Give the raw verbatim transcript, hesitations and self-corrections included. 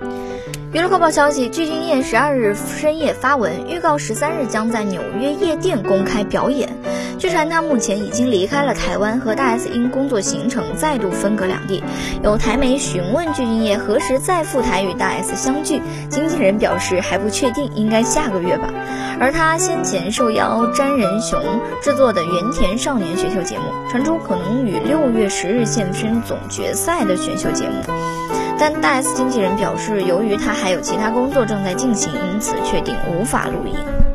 娱乐快报消息，具俊晔十二日深夜发文预告，十三日将在纽约夜店公开表演。据传他目前已经离开了台湾，和大 S 因工作行程再度分隔两地。有台媒询问具俊晔何时再赴台与大 S 相聚，经纪人表示还不确定，应该下个月吧。而他先前受邀詹仁雄制作的原田少年选秀节目，传出可能于六月十日现身总决赛的选秀节目。但大 S 经纪人表示，由于他还有其他工作正在进行，因此确定无法录音。